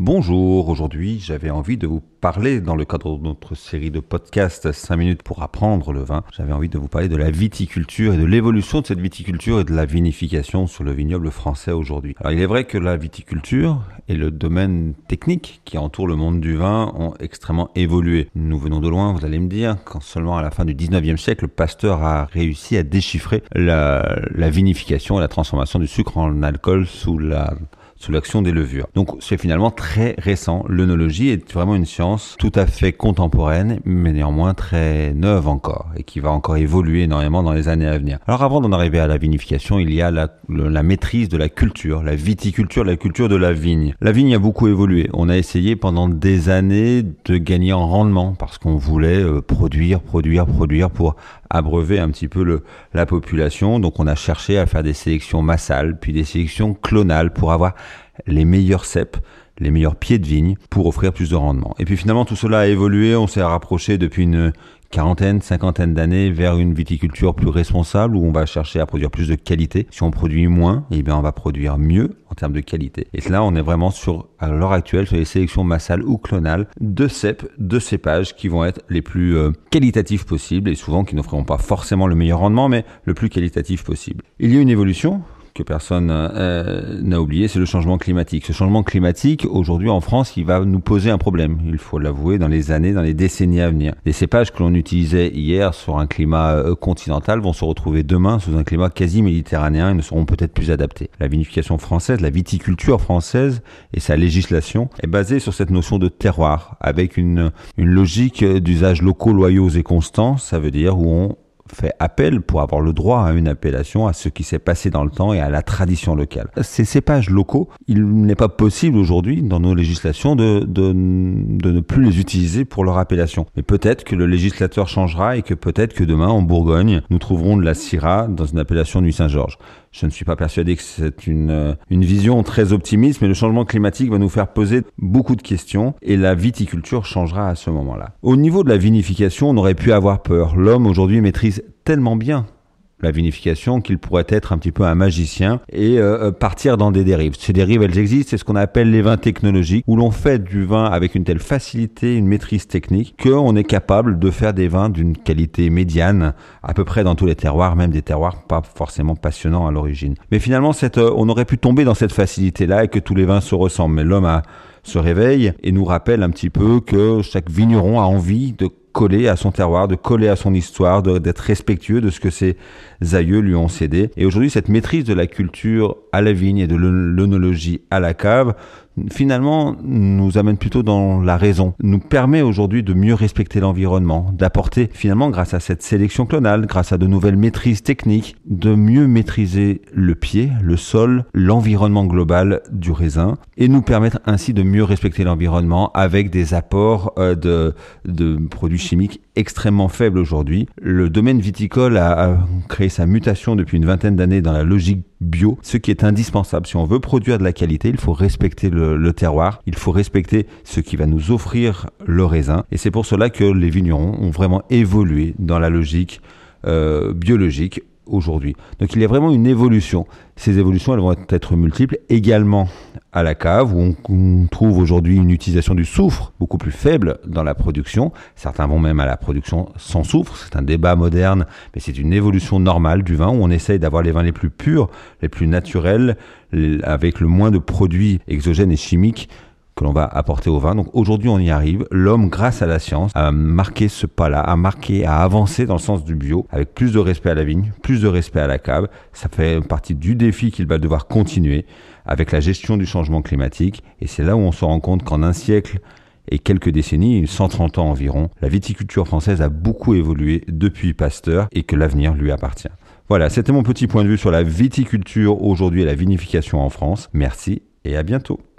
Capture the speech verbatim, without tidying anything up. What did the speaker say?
Bonjour, aujourd'hui j'avais envie de vous parler dans le cadre de notre série de podcasts cinq minutes pour apprendre le vin. J'avais envie de vous parler de la viticulture et de l'évolution de cette viticulture et de la vinification sur le vignoble français aujourd'hui. Alors il est vrai que la viticulture et le domaine technique qui entoure le monde du vin ont extrêmement évolué. Nous venons de loin, vous allez me dire, quand seulement à la fin du dix-neuvième siècle, Pasteur a réussi à déchiffrer la, la vinification et la transformation du sucre en alcool sous la... sous l'action des levures. Donc c'est finalement très récent. L'œnologie est vraiment une science tout à fait contemporaine, mais néanmoins très neuve encore, et qui va encore évoluer énormément dans les années à venir. Alors avant d'en arriver à la vinification, il y a la, le, la maîtrise de la culture, la viticulture, la culture de la vigne. La vigne a beaucoup évolué. On a essayé pendant des années de gagner en rendement, parce qu'on voulait euh, produire, produire, produire pour abreuver un petit peu le, la population. Donc on a cherché à faire des sélections massales, puis des sélections clonales pour avoir les meilleurs cèpes, les meilleurs pieds de vigne pour offrir plus de rendement. Et puis finalement tout cela a évolué, on s'est rapproché depuis une quarantaine, cinquantaine d'années vers une viticulture plus responsable où on va chercher à produire plus de qualité. Si on produit moins, eh bien on va produire mieux en termes de qualité. Et là, on est vraiment sur, à l'heure actuelle, sur les sélections massales ou clonales de cèpes, de cépages qui vont être les plus euh, qualitatifs possibles et souvent qui n'offriront pas forcément le meilleur rendement, mais le plus qualitatif possible. Il y a une évolution que personne euh, n'a oublié, c'est le changement climatique. Ce changement climatique, aujourd'hui en France, il va nous poser un problème, il faut l'avouer, dans les années, dans les décennies à venir. Les cépages que l'on utilisait hier sur un climat euh, continental vont se retrouver demain sous un climat quasi méditerranéen et ne seront peut-être plus adaptés. La vinification française, la viticulture française et sa législation est basée sur cette notion de terroir, avec une, une logique d'usages locaux, loyaux et constants, ça veut dire où on fait appel pour avoir le droit à une appellation à ce qui s'est passé dans le temps et à la tradition locale. Ces cépages locaux, il n'est pas possible aujourd'hui dans nos législations de, de, de ne plus les utiliser pour leur appellation. Mais peut-être que le législateur changera et que peut-être que demain en Bourgogne, nous trouverons de la Syrah dans une appellation Nuits Saint-Georges. Je ne suis pas persuadé que c'est une, une vision très optimiste, mais le changement climatique va nous faire poser beaucoup de questions et la viticulture changera à ce moment-là. Au niveau de la vinification, on aurait pu avoir peur. L'homme aujourd'hui maîtrise tellement bien la vinification qu'il pourrait être un petit peu un magicien et euh, partir dans des dérives. Ces dérives, elles existent, c'est ce qu'on appelle les vins technologiques, où l'on fait du vin avec une telle facilité, une maîtrise technique, qu'on est capable de faire des vins d'une qualité médiane, à peu près dans tous les terroirs, même des terroirs pas forcément passionnants à l'origine. Mais finalement, cette, euh, on aurait pu tomber dans cette facilité-là et que tous les vins se ressemblent. Mais l'homme a, se réveille et nous rappelle un petit peu que chaque vigneron a envie de coller à son terroir, de coller à son histoire, de, d'être respectueux de ce que ses aïeux lui ont cédé. Et aujourd'hui, cette maîtrise de la culture à la vigne et de l'œnologie à la cave, finalement, nous amène plutôt dans la raison, nous permet aujourd'hui de mieux respecter l'environnement, d'apporter finalement, grâce à cette sélection clonale, grâce à de nouvelles maîtrises techniques, de mieux maîtriser le pied, le sol, l'environnement global du raisin, et nous permettre ainsi de mieux respecter l'environnement avec des apports euh, de, de produits chimiques extrêmement faibles aujourd'hui. Le domaine viticole a, a créé sa mutation depuis une vingtaine d'années dans la logique bio, ce qui est indispensable. Si on veut produire de la qualité, il faut respecter le, le terroir, il faut respecter ce qui va nous offrir le raisin. Et c'est pour cela que les vignerons ont vraiment évolué dans la logique euh, biologique aujourd'hui. Donc il y a vraiment une évolution. Ces évolutions, elles vont être multiples également à la cave où on, on trouve aujourd'hui une utilisation du soufre beaucoup plus faible dans la production. Certains vont même à la production sans soufre. C'est un débat moderne, mais c'est une évolution normale du vin où on essaye d'avoir les vins les plus purs, les plus naturels, avec le moins de produits exogènes et chimiques que l'on va apporter au vin. Donc aujourd'hui, on y arrive. L'homme, grâce à la science, a marqué ce pas-là, a marqué, a avancé dans le sens du bio, avec plus de respect à la vigne, plus de respect à la cave. Ça fait partie du défi qu'il va devoir continuer avec la gestion du changement climatique. Et c'est là où on se rend compte qu'en un siècle et quelques décennies, cent trente ans environ, la viticulture française a beaucoup évolué depuis Pasteur et que l'avenir lui appartient. Voilà, c'était mon petit point de vue sur la viticulture aujourd'hui et la vinification en France. Merci et à bientôt.